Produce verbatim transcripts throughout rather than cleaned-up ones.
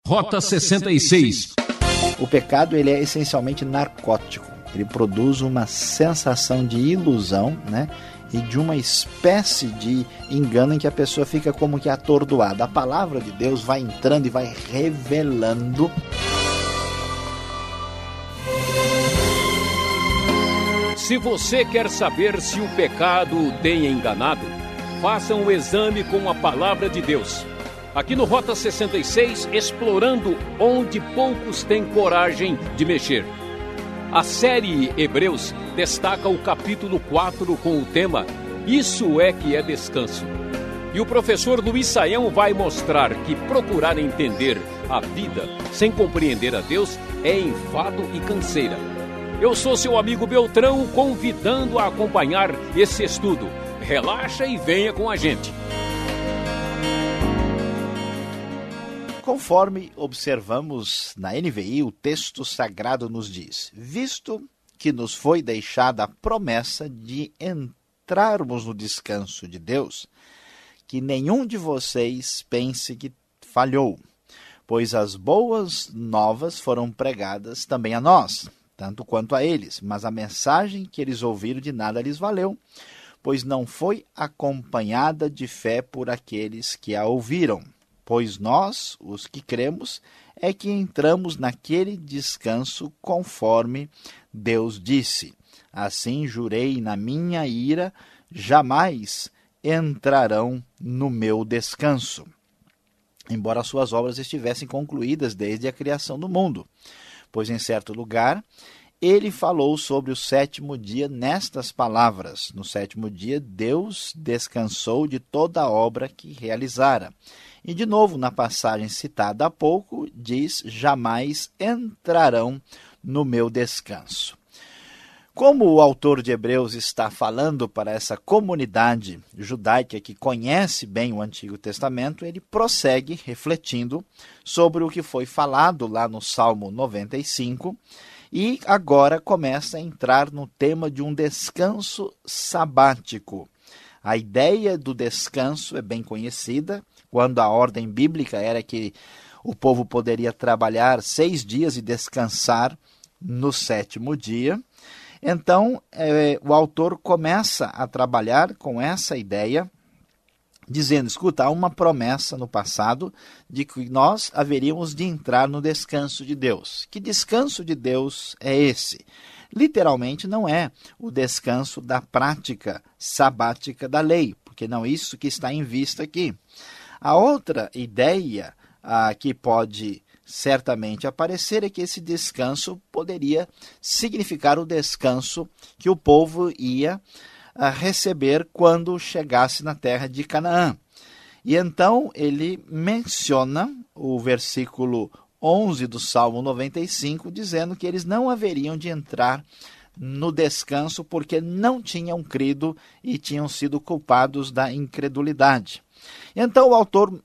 Rota sessenta e seis. O pecado, ele é essencialmente narcótico. Ele produz uma sensação de ilusão, né? E de uma espécie de engano em que a pessoa fica como que atordoada. A palavra de Deus vai entrando e vai revelando. Se você quer saber se o pecado o tem enganado, faça um exame com a palavra de Deus. Aqui no Rota sessenta e seis, explorando onde poucos têm coragem de mexer. A série Hebreus destaca o capítulo quatro com o tema Isso é que é descanso. E o professor Luiz Saião vai mostrar que procurar entender a vida sem compreender a Deus é enfado e canseira. Eu sou seu amigo Beltrão, convidando a acompanhar esse estudo. Relaxa e venha com a gente. Conforme observamos na N V I, o texto sagrado nos diz: visto que nos foi deixada a promessa de entrarmos no descanso de Deus, que nenhum de vocês pense que falhou, pois as boas novas foram pregadas também a nós, tanto quanto a eles, mas a mensagem que eles ouviram de nada lhes valeu, pois não foi acompanhada de fé por aqueles que a ouviram. Pois nós, os que cremos, é que entramos naquele descanso conforme Deus disse. Assim jurei na minha ira, jamais entrarão no meu descanso, embora suas obras estivessem concluídas desde a criação do mundo. Pois em certo lugar, ele falou sobre o sétimo dia nestas palavras: no sétimo dia, Deus descansou de toda a obra que realizara. E de novo, na passagem citada há pouco, diz: jamais entrarão no meu descanso. Como o autor de Hebreus está falando para essa comunidade judaica que conhece bem o Antigo Testamento, ele prossegue refletindo sobre o que foi falado lá no Salmo noventa e cinco, e agora começa a entrar no tema de um descanso sabático. A ideia do descanso é bem conhecida, quando a ordem bíblica era que o povo poderia trabalhar seis dias e descansar no sétimo dia. Então, é, o autor começa a trabalhar com essa ideia, dizendo: escuta, há uma promessa no passado de que nós haveríamos de entrar no descanso de Deus. Que descanso de Deus é esse? Literalmente não é o descanso da prática sabática da lei, porque não é isso que está em vista aqui. A outra ideia ah, que pode certamente aparecer é que esse descanso poderia significar o descanso que o povo ia ah, receber quando chegasse na terra de Canaã. E então ele menciona o versículo onze do Salmo noventa e cinco, dizendo que eles não haveriam de entrar no descanso porque não tinham crido e tinham sido culpados da incredulidade. Então o autor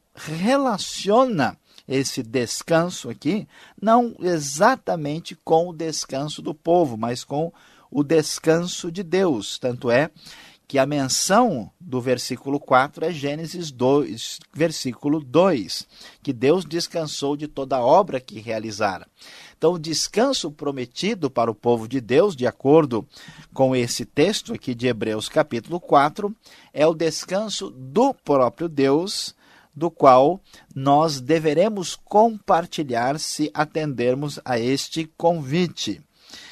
relaciona esse descanso aqui, não exatamente com o descanso do povo, mas com o descanso de Deus. Tanto é que a menção do versículo quatro é Gênesis dois, versículo dois, que Deus descansou de toda a obra que realizara. Então, o descanso prometido para o povo de Deus, de acordo com esse texto aqui de Hebreus capítulo quatro, é o descanso do próprio Deus, do qual nós deveremos compartilhar se atendermos a este convite.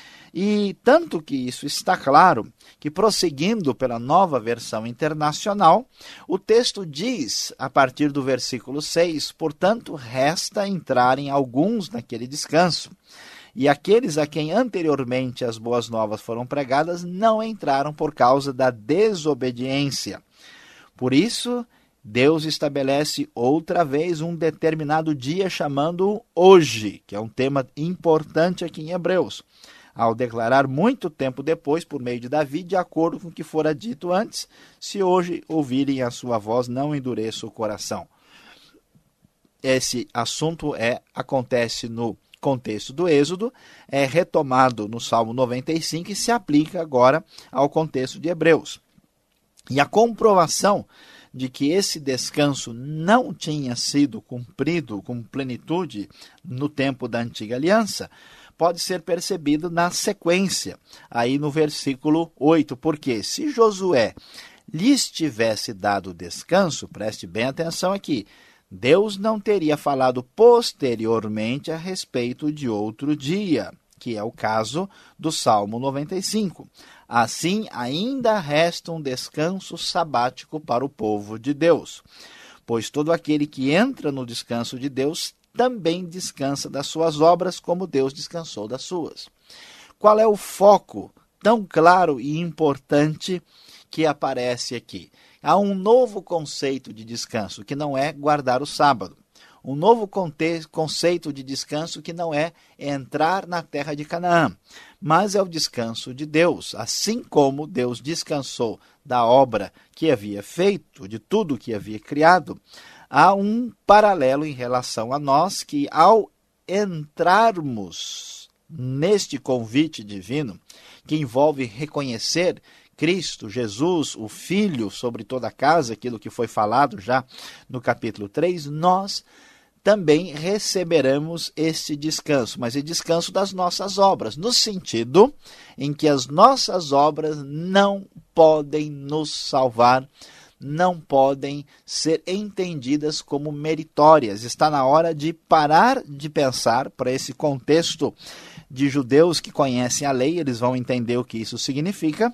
E tanto que isso está claro, que prosseguindo pela Nova Versão Internacional, o texto diz, a partir do versículo seis, portanto, resta entrarem alguns naquele descanso. E aqueles a quem anteriormente as boas novas foram pregadas não entraram por causa da desobediência. Por isso, Deus estabelece outra vez um determinado dia, chamando-o hoje, que é um tema importante aqui em Hebreus, ao declarar muito tempo depois, por meio de Davi, de acordo com o que fora dito antes: se hoje ouvirem a sua voz, não endureça o coração. Esse assunto é, acontece no contexto do Êxodo, é retomado no Salmo noventa e cinco e se aplica agora ao contexto de Hebreus. E a comprovação de que esse descanso não tinha sido cumprido com plenitude no tempo da antiga aliança, pode ser percebido na sequência, aí no versículo oito, porque se Josué lhes tivesse dado descanso, preste bem atenção aqui, Deus não teria falado posteriormente a respeito de outro dia, que é o caso do Salmo noventa e cinco. Assim, ainda resta um descanso sabático para o povo de Deus, pois todo aquele que entra no descanso de Deus também descansa das suas obras, como Deus descansou das suas. Qual é o foco tão claro e importante que aparece aqui? Há um novo conceito de descanso, que não é guardar o sábado. Um novo conceito de descanso que não é entrar na terra de Canaã, mas é o descanso de Deus. Assim como Deus descansou da obra que havia feito, de tudo que havia criado, há um paralelo em relação a nós que, ao entrarmos neste convite divino, que envolve reconhecer Cristo, Jesus, o Filho, sobre toda a casa, aquilo que foi falado já no capítulo três, nós também receberemos este descanso, mas é descanso das nossas obras, no sentido em que as nossas obras não podem nos salvar, não podem ser entendidas como meritórias. Está na hora de parar de pensar, para esse contexto de judeus que conhecem a lei, eles vão entender o que isso significa.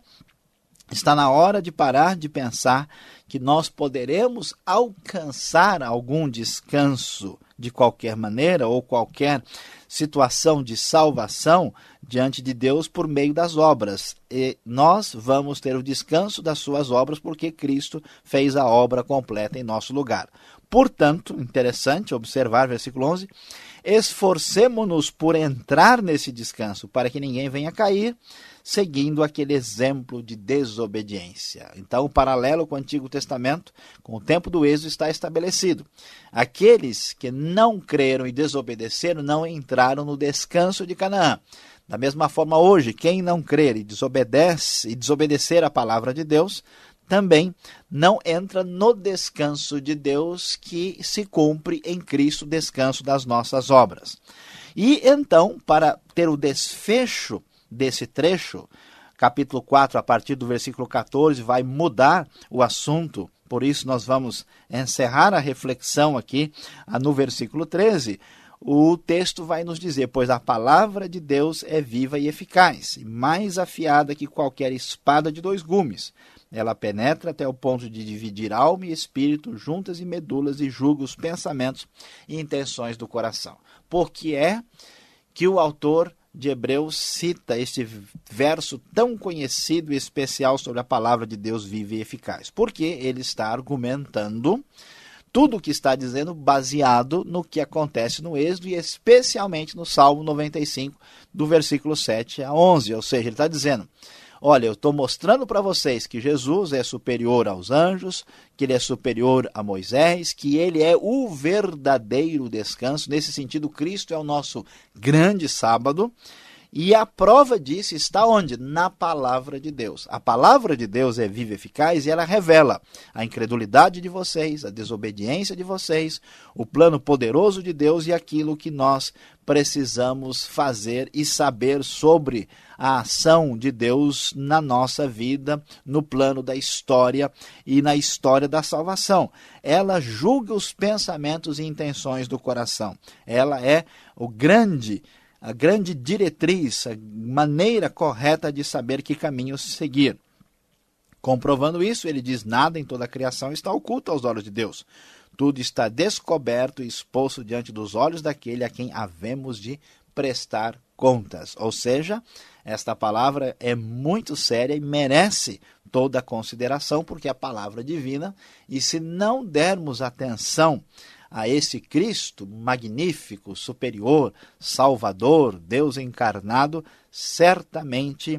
Está na hora de parar de pensar que nós poderemos alcançar algum descanso de qualquer maneira ou qualquer situação de salvação diante de Deus por meio das obras. E nós vamos ter o descanso das suas obras porque Cristo fez a obra completa em nosso lugar. Portanto, interessante observar versículo onze, esforcemo-nos por entrar nesse descanso para que ninguém venha cair, seguindo aquele exemplo de desobediência. Então, o paralelo com o Antigo Testamento, com o tempo do Êxodo, está estabelecido. Aqueles que não creram e desobedeceram não entraram no descanso de Canaã. Da mesma forma, hoje, quem não crer e desobedece e desobedecer a palavra de Deus, também não entra no descanso de Deus que se cumpre em Cristo, descanso das nossas obras. E então, para ter o desfecho desse trecho, capítulo quatro, a partir do versículo catorze, vai mudar o assunto, por isso nós vamos encerrar a reflexão aqui no versículo treze. O texto vai nos dizer, pois a palavra de Deus é viva e eficaz, mais afiada que qualquer espada de dois gumes. Ela penetra até o ponto de dividir alma e espírito, juntas e medulas, e julga os pensamentos e intenções do coração. Por que é que o autor de Hebreus cita este verso tão conhecido e especial sobre a palavra de Deus viva e eficaz? Porque ele está argumentando tudo o que está dizendo baseado no que acontece no Êxodo e especialmente no Salmo noventa e cinco, do versículo sete a onze. Ou seja, ele está dizendo, olha, eu estou mostrando para vocês que Jesus é superior aos anjos, que ele é superior a Moisés, que ele é o verdadeiro descanso. Nesse sentido, Cristo é o nosso grande sábado. E a prova disso está onde? Na palavra de Deus. A palavra de Deus é viva e eficaz e ela revela a incredulidade de vocês, a desobediência de vocês, o plano poderoso de Deus e aquilo que nós precisamos fazer e saber sobre a ação de Deus na nossa vida, no plano da história e na história da salvação. Ela julga os pensamentos e intenções do coração. Ela é o grande a grande diretriz, a maneira correta de saber que caminho seguir. Comprovando isso, ele diz, nada em toda a criação está oculto aos olhos de Deus. Tudo está descoberto e exposto diante dos olhos daquele a quem havemos de prestar contas. Ou seja, esta palavra é muito séria e merece toda a consideração, porque é a palavra divina, e se não dermos atenção a esse Cristo magnífico, superior, Salvador, Deus encarnado, certamente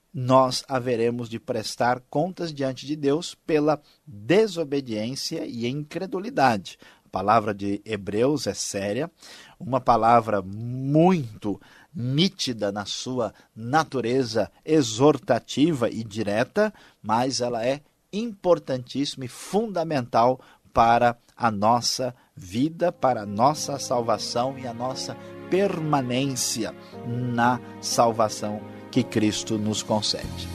nós haveremos de prestar contas diante de Deus pela desobediência e incredulidade. A palavra de Hebreus é séria, uma palavra muito nítida na sua natureza exortativa e direta, mas ela é importantíssimo e fundamental para a nossa vida, para a nossa salvação e a nossa permanência na salvação que Cristo nos concede.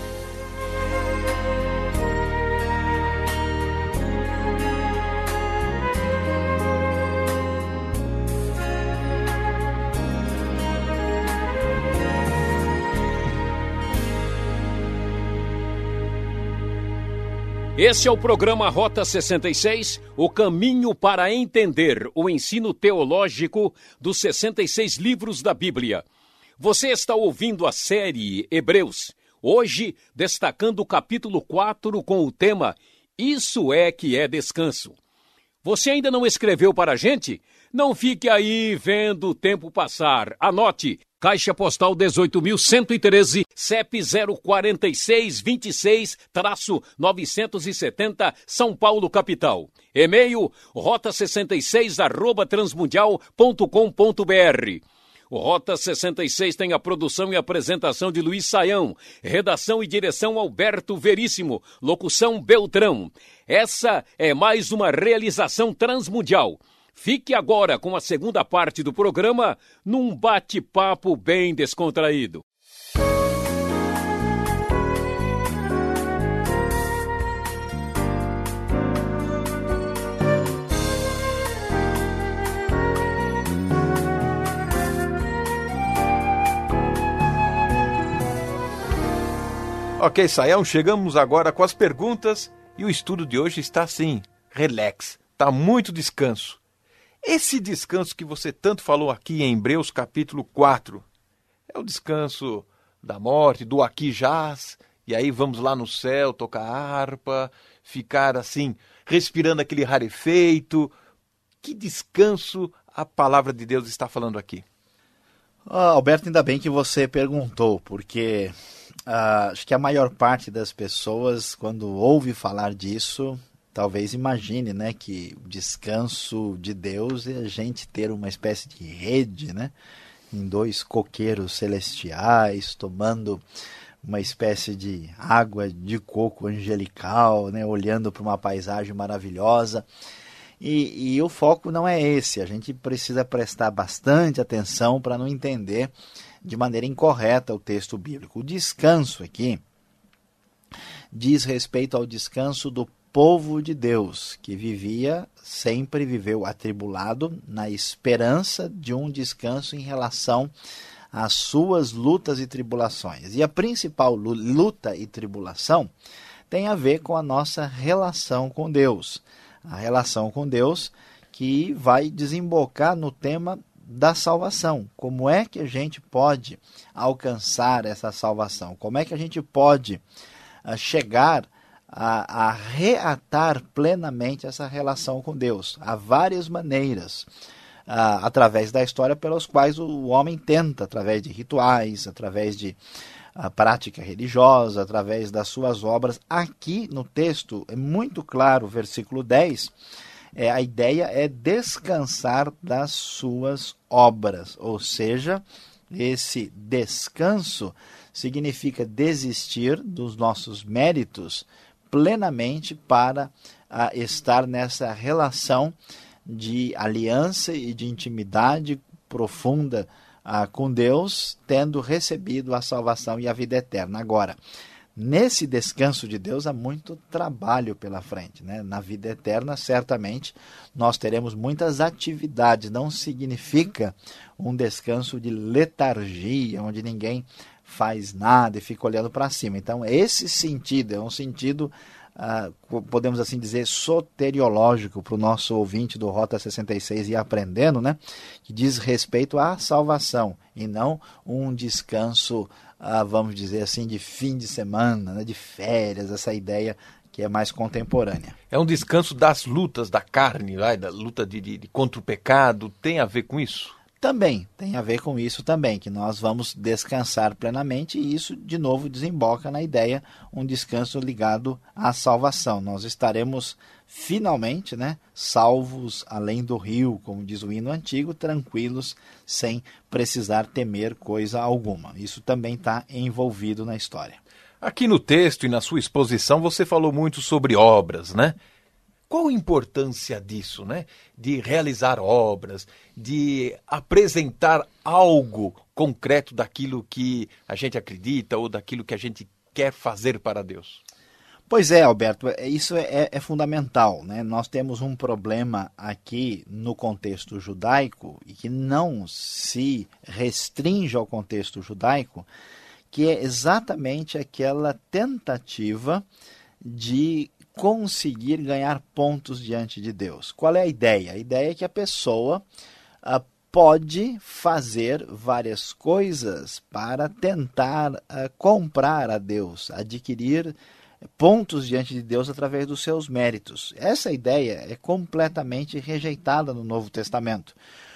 Esse é o programa Rota sessenta e seis, o caminho para entender o ensino teológico dos sessenta e seis livros da Bíblia. Você está ouvindo a série Hebreus, hoje destacando o capítulo quatro com o tema Isso é que é descanso. Você ainda não escreveu para a gente? Não fique aí vendo o tempo passar. Anote. Caixa Postal dezoito mil cento e treze, C E P zero quatro seis dois seis novecentos e setenta, São Paulo, capital. E-mail rota sessenta e seis arroba transmundial ponto com ponto br. O Rota sessenta e seis tem a produção e apresentação de Luiz Saião, redação e direção Alberto Veríssimo, locução Beltrão. Essa é mais uma realização transmundial. Fique agora com a segunda parte do programa, num bate-papo bem descontraído. Ok, Saião, chegamos agora com as perguntas e o estudo de hoje está assim, relax, está muito descanso. Esse descanso que você tanto falou aqui em Hebreus capítulo quatro, é o descanso da morte, do aqui jaz, e aí vamos lá no céu tocar harpa, ficar assim, respirando aquele rarefeito. Que descanso a palavra de Deus está falando aqui? Oh, Alberto, ainda bem que você perguntou, porque uh, acho que a maior parte das pessoas, quando ouve falar disso, talvez imagine, né, que o descanso de Deus é a gente ter uma espécie de rede, né, em dois coqueiros celestiais, tomando uma espécie de água de coco angelical, né, olhando para uma paisagem maravilhosa. E, e o foco não é esse. A gente precisa prestar bastante atenção para não entender de maneira incorreta o texto bíblico. O descanso aqui diz respeito ao descanso do povo de Deus, que vivia, sempre viveu atribulado na esperança de um descanso em relação às suas lutas e tribulações. E a principal luta e tribulação tem a ver com a nossa relação com Deus. A relação com Deus que vai desembocar no tema da salvação. Como é que a gente pode alcançar essa salvação? Como é que a gente pode uh, chegar A, a reatar plenamente essa relação com Deus? Há várias maneiras, ah, através da história, pelas quais o homem tenta, através de rituais, através de ah, prática religiosa, através das suas obras. Aqui no texto, é muito claro, versículo dez, é, a ideia é descansar das suas obras, ou seja, esse descanso significa desistir dos nossos méritos plenamente para uh, estar nessa relação de aliança e de intimidade profunda uh, com Deus, tendo recebido a salvação e a vida eterna. Agora, nesse descanso de Deus há muito trabalho pela frente, né? Na vida eterna, certamente, nós teremos muitas atividades. Não significa um descanso de letargia, onde ninguém faz nada e fica olhando para cima. Então, esse sentido é um sentido, uh, podemos assim dizer, soteriológico para o nosso ouvinte do Rota sessenta e seis ir aprendendo, né? Que diz respeito à salvação e não um descanso, uh, vamos dizer assim, de fim de semana, né? De férias, essa ideia que é mais contemporânea. É um descanso das lutas da carne, vai, da luta de, de, de contra o pecado, tem a ver com isso? Também, tem a ver com isso também, que nós vamos descansar plenamente e isso, de novo, desemboca na ideia, um descanso ligado à salvação. Nós estaremos, finalmente, né, salvos além do rio, como diz o hino antigo, tranquilos, sem precisar temer coisa alguma. Isso também está envolvido na história. Aqui no texto e na sua exposição você falou muito sobre obras, né? Qual a importância disso, né? De realizar obras, de apresentar algo concreto daquilo que a gente acredita ou daquilo que a gente quer fazer para Deus? Pois é, Alberto, isso é, é fundamental, né? Nós temos um problema aqui no contexto judaico e que não se restringe ao contexto judaico, que é exatamente aquela tentativa de conseguir ganhar pontos diante de Deus. Qual é a ideia? A ideia é que a pessoa ah, pode fazer várias coisas para tentar ah, comprar a Deus, adquirir pontos diante de Deus através dos seus méritos. Essa ideia é completamente rejeitada no Novo Testamento,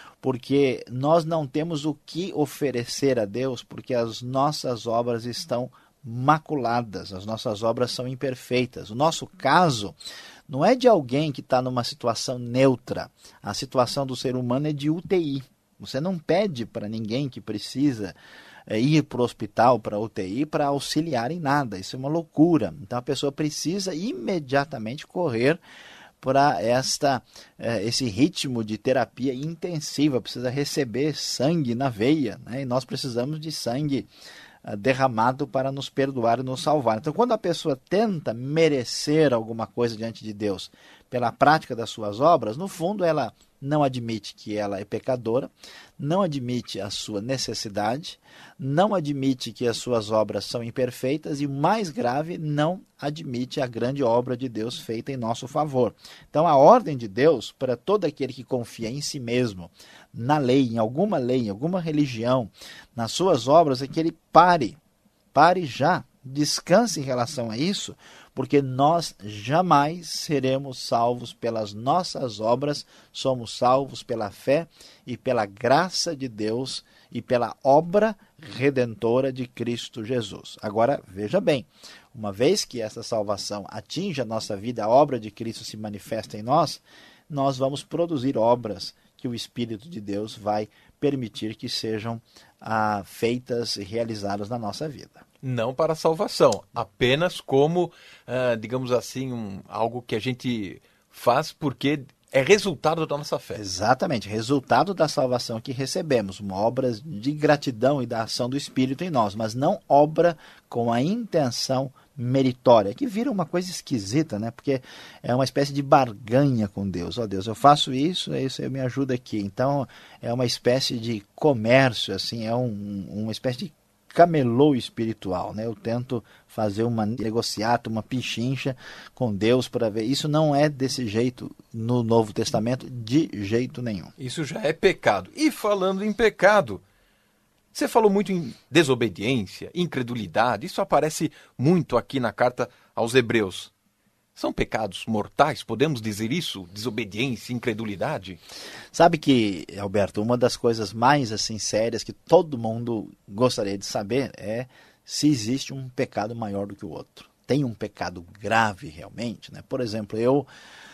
porque nós não temos o que oferecer a Deus, porque as nossas obras estão maculadas, as nossas obras são imperfeitas. O nosso caso não é de alguém que está numa situação neutra. A situação do ser humano é de U T I. Você não pede para ninguém que precisa é, ir para o hospital, para a U T I, para auxiliar em nada. Isso é uma loucura. Então a pessoa precisa imediatamente correr para esta é, esse ritmo de terapia intensiva, precisa receber sangue na veia, né? E nós precisamos de sangue derramado para nos perdoar e nos salvar. Então, quando a pessoa tenta merecer alguma coisa diante de Deus pela prática das suas obras, no fundo ela não admite que ela é pecadora, não admite a sua necessidade, não admite que as suas obras são imperfeitas e, mais grave, não admite a grande obra de Deus feita em nosso favor. Então, a ordem de Deus para todo aquele que confia em si mesmo, na lei, em alguma lei, em alguma religião, nas suas obras, é que ele pare, pare já, descanse em relação a isso, porque nós jamais seremos salvos pelas nossas obras, somos salvos pela fé e pela graça de Deus e pela obra redentora de Cristo Jesus. Agora, veja bem, uma vez que essa salvação atinge a nossa vida, a obra de Cristo se manifesta em nós, nós vamos produzir obras que o Espírito de Deus vai permitir que sejam ah, feitas e realizadas na nossa vida. Não para a salvação, apenas como, uh, digamos assim, um, algo que a gente faz porque é resultado da nossa fé. Exatamente, resultado da salvação que recebemos, uma obra de gratidão e da ação do Espírito em nós, mas não obra com a intenção meritória, que vira uma coisa esquisita, né? Porque é uma espécie de barganha com Deus. Ó, oh, Deus, eu faço isso, isso me ajuda aqui. Então, é uma espécie de comércio, assim, é um, uma espécie de camelô espiritual, né? Eu tento fazer uma negociata, uma pichincha com Deus para ver. Isso não é desse jeito no Novo Testamento, de jeito nenhum. Isso já é pecado. E falando em pecado, você falou muito em desobediência, incredulidade. Isso aparece muito aqui na carta aos Hebreus. São pecados mortais, podemos dizer isso? Desobediência, incredulidade? Sabe que, Alberto, uma das coisas mais assim sérias que todo mundo gostaria de saber é se existe um pecado maior do que o outro. Tem um pecado grave realmente, né? Por exemplo, eu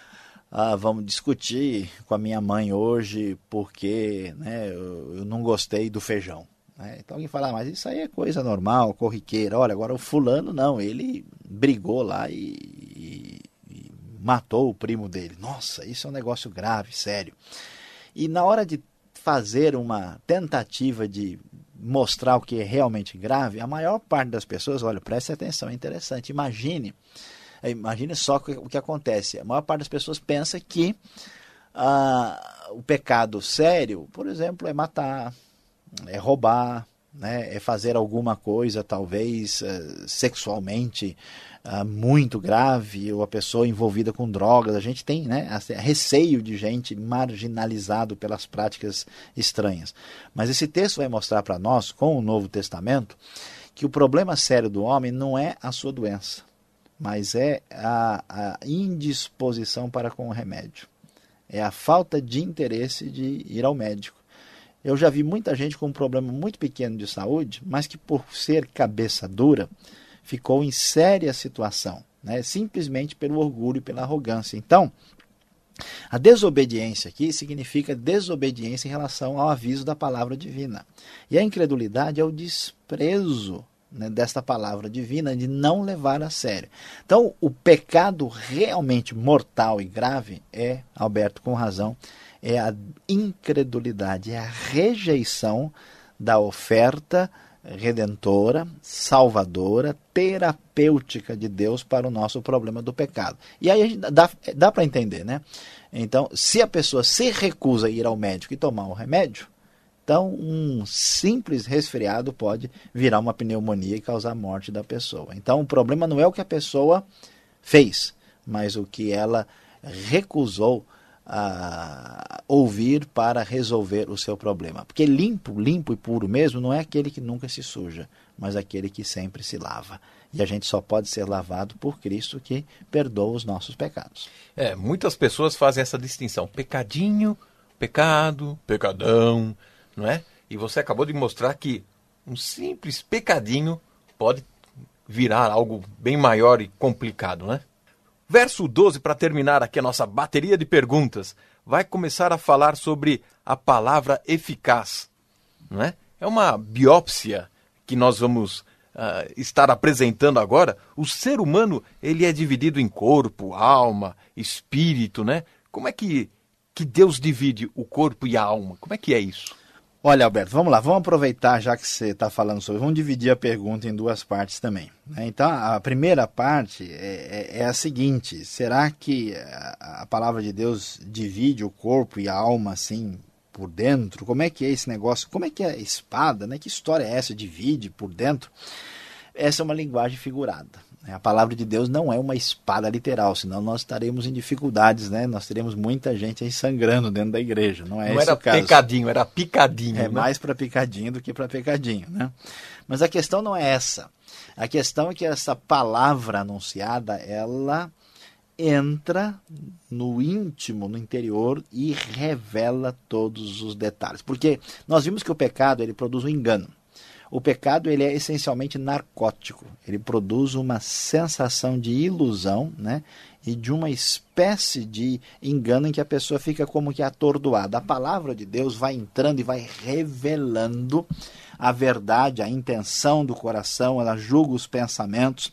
ah, vamos discutir com a minha mãe hoje porque, né, eu, eu não gostei do feijão. Então alguém fala, ah, mas isso aí é coisa normal, corriqueira. Olha, agora o fulano não, ele brigou lá e, e, e matou o primo dele. Nossa, isso é um negócio grave, sério. E na hora de fazer uma tentativa de mostrar o que é realmente grave, a maior parte das pessoas, olha, preste atenção, é interessante, imagine, imagine só o que acontece. A maior parte das pessoas pensa que ah, o pecado sério, por exemplo, é matar, é roubar, né? É fazer alguma coisa talvez uh, sexualmente uh, muito grave, ou a pessoa envolvida com drogas. A gente tem, né, receio de gente marginalizado pelas práticas estranhas. Mas esse texto vai mostrar para nós, com o Novo Testamento, que o problema sério do homem não é a sua doença, mas é a, a indisposição para com o remédio. É a falta de interesse de ir ao médico. Eu já vi muita gente com um problema muito pequeno de saúde, mas que por ser cabeça dura, ficou em séria situação, né? Simplesmente pelo orgulho e pela arrogância. Então, a desobediência aqui significa desobediência em relação ao aviso da palavra divina. E a incredulidade é o desprezo né, desta palavra divina, de não levar a sério. Então, o pecado realmente mortal e grave é, Alberto, com razão, é a incredulidade, é a rejeição da oferta redentora, salvadora, terapêutica de Deus para o nosso problema do pecado. E aí a gente dá, dá para entender, né? Então, se a pessoa se recusa a ir ao médico e tomar o remédio, então um simples resfriado pode virar uma pneumonia e causar a morte da pessoa. Então, o problema não é o que a pessoa fez, mas o que ela recusou a ouvir para resolver o seu problema. Porque limpo, limpo e puro mesmo não é aquele que nunca se suja, mas aquele que sempre se lava. E a gente só pode ser lavado por Cristo, que perdoa os nossos pecados. É, muitas pessoas fazem essa distinção. Pecadinho, pecado, pecadão, não é? E você acabou de mostrar que um simples pecadinho pode virar algo bem maior e complicado, né? Verso doze, para terminar aqui a nossa bateria de perguntas, vai começar a falar sobre a palavra eficaz, não é? É uma biópsia que nós vamos uh, estar apresentando agora. O ser humano, ele é dividido em corpo, alma, espírito, né? Como é que, que Deus divide o corpo e a alma? Como é que é isso? Olha, Alberto, vamos lá, vamos aproveitar já que você está falando sobre, vamos dividir a pergunta em duas partes também, né? Então, a primeira parte é, é, é a seguinte: será que a, a palavra de Deus divide o corpo e a alma assim por dentro? Como é que é esse negócio? Como é que é a espada, né? Que história é essa? Divide por dentro? Essa é uma linguagem figurada. A palavra de Deus não é uma espada literal, senão nós estaremos em dificuldades, né? Nós teremos muita gente aí sangrando dentro da igreja. Não é não esse era o caso. Pecadinho, era picadinho. É né? mais para picadinho do que para pecadinho, né? Mas a questão não é essa. A questão é que essa palavra anunciada, ela entra no íntimo, no interior e revela todos os detalhes. Porque nós vimos que o pecado, ele produz um engano. O pecado, ele é essencialmente narcótico. Ele produz uma sensação de ilusão, né? E de uma espécie de engano em que a pessoa fica como que atordoada. A palavra de Deus vai entrando e vai revelando a verdade, a intenção do coração, ela julga os pensamentos.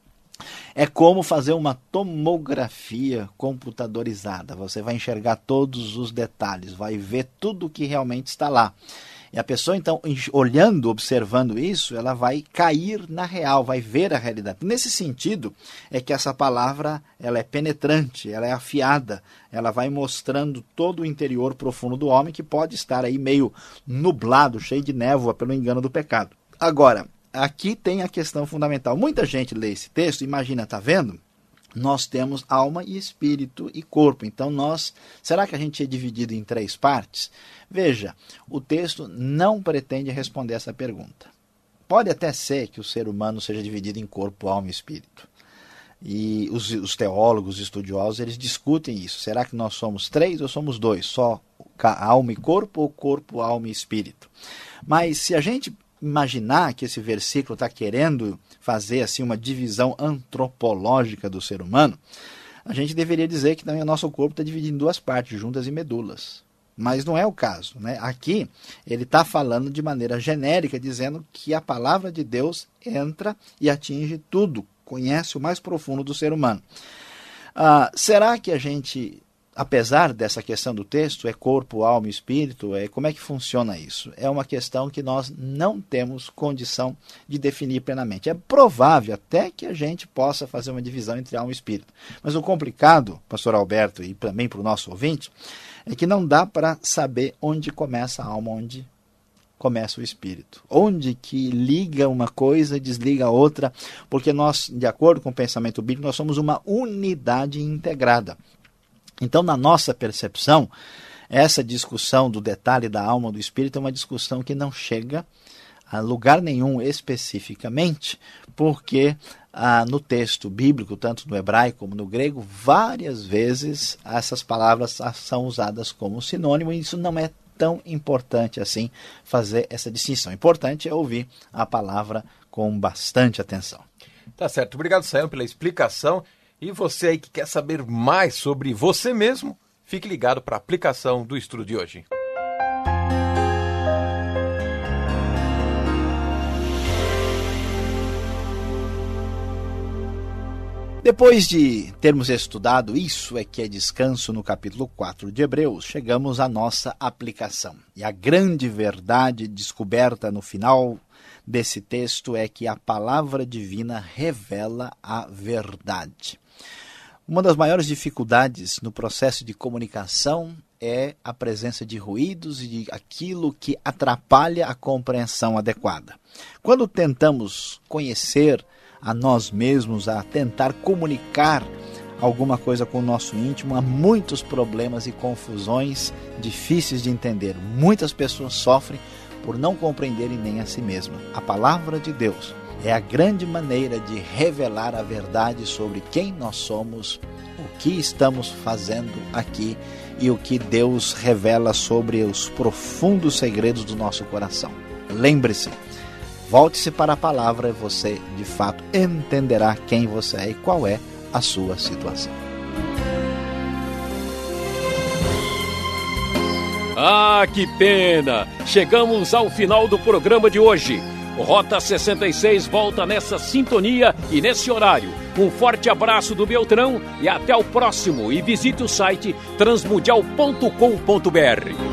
É como fazer uma tomografia computadorizada. Você vai enxergar todos os detalhes, vai ver tudo o que realmente está lá. E a pessoa, então, olhando, observando isso, ela vai cair na real, vai ver a realidade. Nesse sentido, é que essa palavra ela é penetrante, ela é afiada, ela vai mostrando todo o interior profundo do homem, que pode estar aí meio nublado, cheio de névoa pelo engano do pecado. Agora, aqui tem a questão fundamental. Muita gente lê esse texto e imagina, tá vendo? Nós temos alma e espírito e corpo. Então, nós, será que a gente é dividido em três partes? Veja, o texto não pretende responder essa pergunta. Pode até ser que o ser humano seja dividido em corpo, alma e espírito. E os, os teólogos, estudiosos, eles discutem isso. Será que nós somos três ou somos dois? Só alma e corpo ou corpo, alma e espírito? Mas se a gente imaginar que esse versículo está querendo fazer assim uma divisão antropológica do ser humano, a gente deveria dizer que também o nosso corpo está dividido em duas partes, juntas e medulas. Mas não é o caso, né? Aqui ele está falando de maneira genérica, dizendo que a palavra de Deus entra e atinge tudo, conhece o mais profundo do ser humano. Ah, será que a gente, apesar dessa questão do texto, é corpo, alma e espírito, é, como é que funciona isso? É uma questão que nós não temos condição de definir plenamente. É provável até que a gente possa fazer uma divisão entre alma e espírito. Mas o complicado, pastor Alberto, e também para o nosso ouvinte, é que não dá para saber onde começa a alma, onde começa o espírito. Onde que liga uma coisa e desliga a outra, porque nós, de acordo com o pensamento bíblico, nós somos uma unidade integrada. Então, na nossa percepção, essa discussão do detalhe da alma ou do espírito é uma discussão que não chega a lugar nenhum especificamente, porque ah, no texto bíblico, tanto no hebraico como no grego, várias vezes essas palavras são usadas como sinônimo, e isso não é tão importante assim fazer essa distinção. O importante é ouvir a palavra com bastante atenção. Tá certo. Obrigado, Sayão, pela explicação. E você aí que quer saber mais sobre você mesmo, fique ligado para a aplicação do estudo de hoje. Depois de termos estudado Isso é que é Descanso no capítulo quatro de Hebreus, chegamos à nossa aplicação. E a grande verdade descoberta no final desse texto é que a palavra divina revela a verdade. Uma das maiores dificuldades no processo de comunicação é a presença de ruídos e de aquilo que atrapalha a compreensão adequada. Quando tentamos conhecer a nós mesmos, a tentar comunicar alguma coisa com o nosso íntimo, há muitos problemas e confusões difíceis de entender. Muitas pessoas sofrem por não compreenderem nem a si mesmas. A palavra de Deus é a grande maneira de revelar a verdade sobre quem nós somos, o que estamos fazendo aqui e o que Deus revela sobre os profundos segredos do nosso coração. Lembre-se, volte-se para a palavra e você, de fato, entenderá quem você é e qual é a sua situação. Ah, que pena! Chegamos ao final do programa de hoje. O Rota sessenta e seis volta nessa sintonia e nesse horário. Um forte abraço do Beltrão e até o próximo. E visite o site transmundial ponto com ponto br.